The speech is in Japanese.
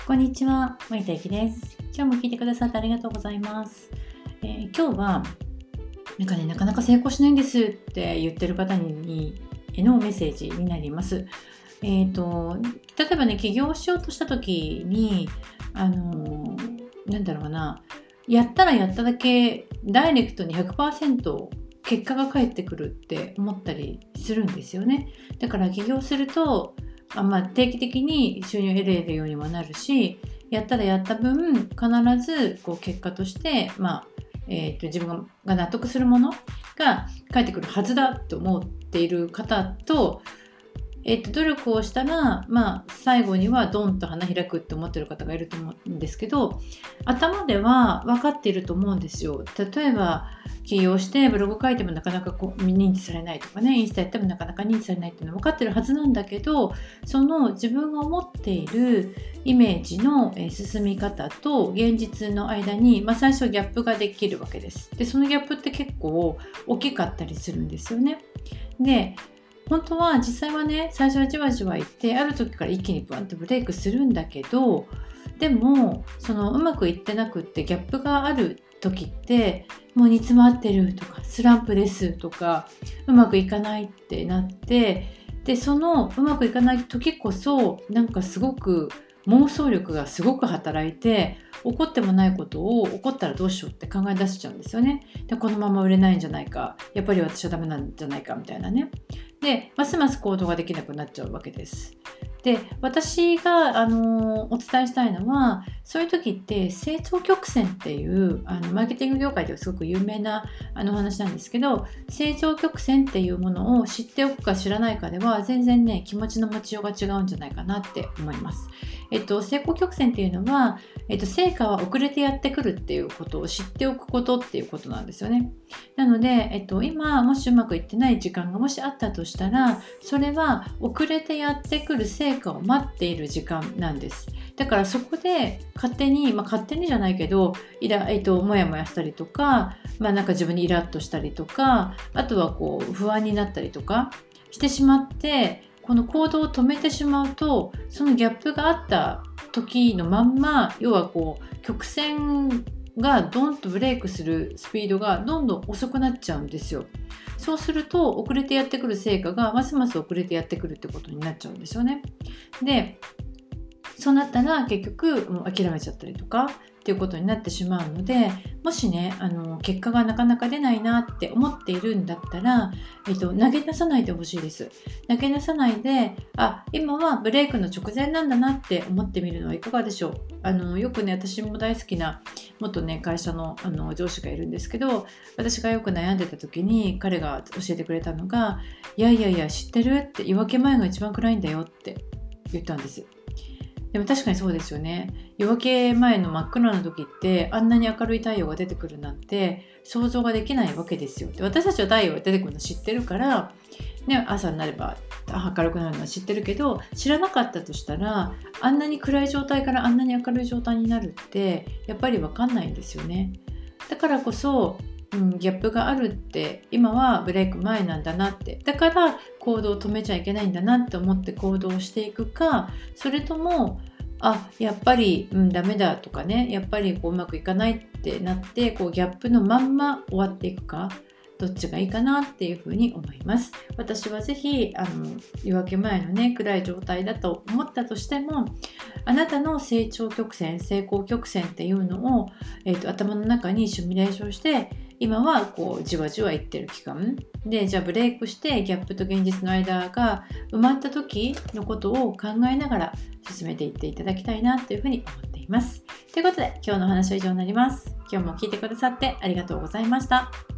こんにちは、森田ゆきです。今日も聞いてくださってありがとうございます。今日はなかなか成功しないんですって言ってる方にへのメッセージになります。例えばね、起業しようとした時にやったらやっただけダイレクトに 100% 結果が返ってくるって思ったりするんですよね。だから起業すると定期的に収入を得れるようにもなるし、やったらやった分必ず結果として自分が納得するものが返ってくるはずだと思っている方と、努力をしたら、最後にはドンと花開くって思ってる方がいると思うんですけど、頭では分かっていると思うんですよ。例えば起業してブログ書いてもなかなか認知されないとかね、インスタやってもなかなか認知されないっていうのは分かってるはずなんだけど、その自分が思っているイメージの進み方と現実の間に、最初ギャップができるわけです。で、そのギャップって結構大きかったりするんですよね。で、本当は実際はね、最初はじわじわいってある時から一気にブワンとブレイクするんだけど、でもうまくいってなくってギャップがある時ってもう煮詰まってるとかスランプですとかうまくいかないってなって、でそのうまくいかない時こそすごく妄想力がすごく働いて、起こってもないことを起こったらどうしようって考え出しちゃうんですよね。で、このまま売れないんじゃないか、やっぱり私はダメなんじゃないかみたいなね。で、ますます行動ができなくなっちゃうわけです。で、私がお伝えしたいのは、そういう時って成長曲線っていうマーケティング業界ではすごく有名なお話なんですけど、成長曲線っていうものを知っておくか知らないかでは全然ね、気持ちの持ちようが違うんじゃないかなって思います。成功曲線っていうのは、成果は遅れてやってくるっていうことを知っておくことっていうことなんですよね。なので、今もしうまくいってない時間がもしあったとしたら、それは遅れてやってくる成果を待っている時間なんです。だからそこで勝手にじゃないけどもやもやしたりとか、自分にイラッとしたりとか、あとは不安になったりとかしてしまって、この行動を止めてしまうと、そのギャップがあった時のまんま、要は曲線がドンとブレイクするスピードがどんどん遅くなっちゃうんですよ。そうすると遅れてやってくる成果がますます遅れてやってくるってことになっちゃうんですよね。で、そうなったら結局もう諦めちゃったりとかっていうことになってしまうので、もしね結果がなかなか出ないなって思っているんだったら、投げ出さないでほしいです。投げ出さないで、今はブレイクの直前なんだなって思ってみるのはいかがでしょう。よくね、私も大好きな元ね会社の上司がいるんですけど、私がよく悩んでた時に彼が教えてくれたのが、いや知ってるって、夜明け前が一番暗いんだよって言ったんです。でも確かにそうですよね。夜明け前の真っ暗な時ってあんなに明るい太陽が出てくるなんて想像ができないわけですよ。で、私たちは太陽が出てくるの知ってるから、ね、朝になれば明るくなるのは知ってるけど、知らなかったとしたらあんなに暗い状態からあんなに明るい状態になるってやっぱり分かんないんですよね。だからこそギャップがあるって、今はブレイク前なんだなって、だから行動を止めちゃいけないんだなって思って行動していくか、それともやっぱり、ダメだとかね、やっぱりうまくいかないってなってギャップのまんま終わっていくか、どっちがいいかなっていうふうに思います。私はぜひ夜明け前のね暗い状態だと思ったとしても、あなたの成長曲線、成功曲線っていうのを、頭の中にシミュレーションして、今はじわじわいってる期間で、じゃあブレイクしてギャップと現実の間が埋まった時のことを考えながら進めていっていただきたいなというふうに思っています。ということで今日の話は以上になります。今日も聞いてくださってありがとうございました。